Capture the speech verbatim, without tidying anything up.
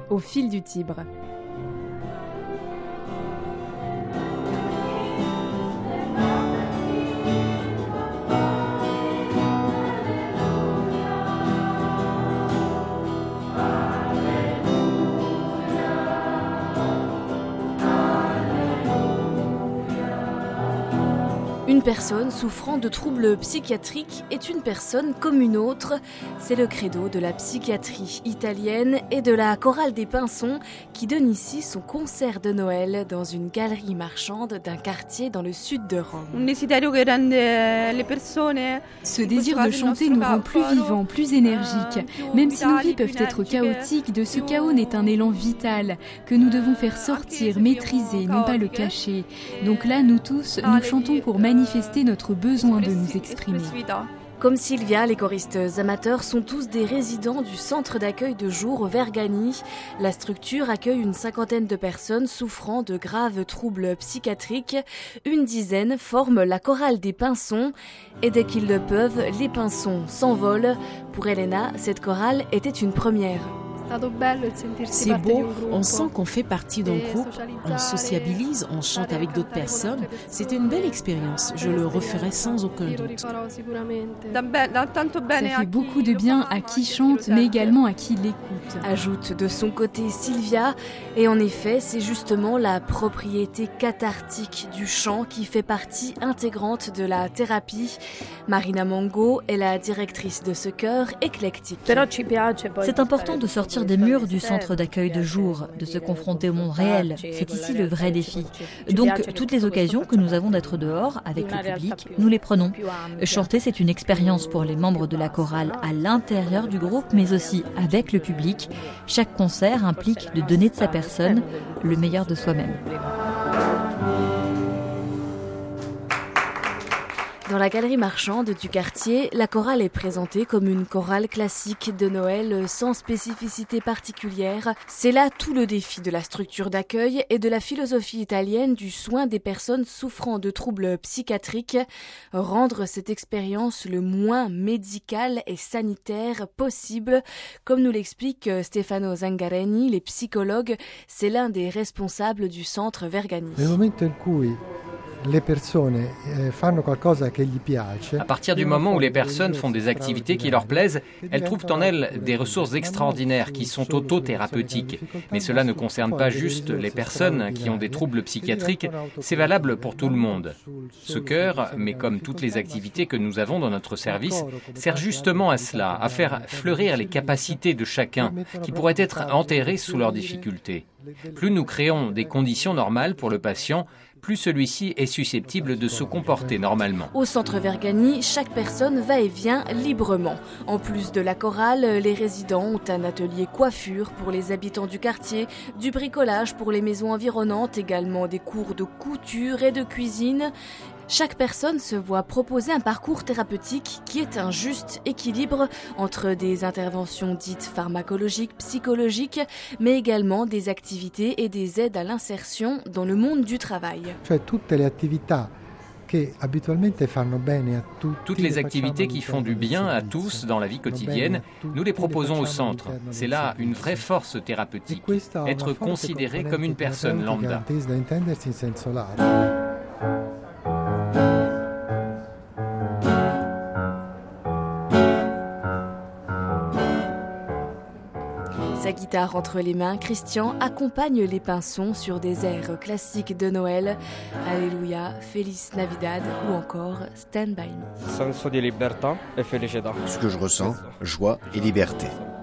au fil du Tibre. Une personne souffrant de troubles psychiatriques est une personne comme une autre. C'est le credo de la psychiatrie italienne et de la chorale des Pinsons qui donne ici son concert de Noël dans une galerie marchande d'un quartier dans le sud de Rome. Ce désir de chanter nous rend plus vivants, plus énergiques. Même si nos vies peuvent être chaotiques, de ce chaos naît un élan vital que nous devons faire sortir, maîtriser, non pas le cacher. Donc là, nous tous, nous chantons pour manifester notre besoin de nous exprimer. Comme Silvia, les choristes amateurs sont tous des résidents du centre d'accueil de jour Vergani. La structure accueille une cinquantaine de personnes souffrant de graves troubles psychiatriques. Une dizaine forment la chorale des Pinsons. Et dès qu'ils le peuvent, les Pinsons s'envolent. Pour Elena, cette chorale était une première. C'est beau, on sent qu'on fait partie d'un groupe, on sociabilise, on chante avec d'autres personnes. C'était une belle expérience, je le referai sans aucun doute. Ça fait beaucoup de bien à qui chante, mais également à qui l'écoute. Ajoute de son côté Silvia. Et en effet, c'est justement la propriété cathartique du chant qui fait partie intégrante de la thérapie. Marina Mango est la directrice de ce chœur éclectique. C'est important de sortir des murs du centre d'accueil de jour, de se confronter au monde réel. C'est ici le vrai défi. Donc, toutes les occasions que nous avons d'être dehors, avec le public, nous les prenons. Chanter, c'est une expérience pour les membres de la chorale à l'intérieur du groupe, mais aussi avec le public. Chaque concert implique de donner de sa personne le meilleur de soi-même. Dans la galerie marchande du quartier, la chorale est présentée comme une chorale classique de Noël sans spécificité particulière. C'est là tout le défi de la structure d'accueil et de la philosophie italienne du soin des personnes souffrant de troubles psychiatriques. Rendre cette expérience le moins médicale et sanitaire possible. Comme nous l'explique Stefano Zangareni, les psychologues, c'est l'un des responsables du centre Vergani. À partir du moment où les personnes font des activités qui leur plaisent, elles trouvent en elles des ressources extraordinaires qui sont autothérapeutiques. Mais cela ne concerne pas juste les personnes qui ont des troubles psychiatriques, c'est valable pour tout le monde. Ce chœur, mais comme toutes les activités que nous avons dans notre service, sert justement à cela, à faire fleurir les capacités de chacun qui pourraient être enterrées sous leurs difficultés. Plus nous créons des conditions normales pour le patient, plus celui-ci est susceptible de se comporter normalement. Au centre Vergani, chaque personne va et vient librement. En plus de la chorale, les résidents ont un atelier coiffure pour les habitants du quartier, du bricolage pour les maisons environnantes, également des cours de couture et de cuisine. Chaque personne se voit proposer un parcours thérapeutique qui est un juste équilibre entre des interventions dites pharmacologiques, psychologiques, mais également des activités et des aides à l'insertion dans le monde du travail. Toutes les activités qui font du bien à tous dans la vie quotidienne, nous les proposons au centre. C'est là une vraie force thérapeutique, être considéré comme une personne lambda. Sa guitare entre les mains, Christian accompagne les Pinsons sur des airs classiques de Noël, Alléluia, Feliz Navidad ou encore Stand By Me. Ce que je ressens, joie et liberté.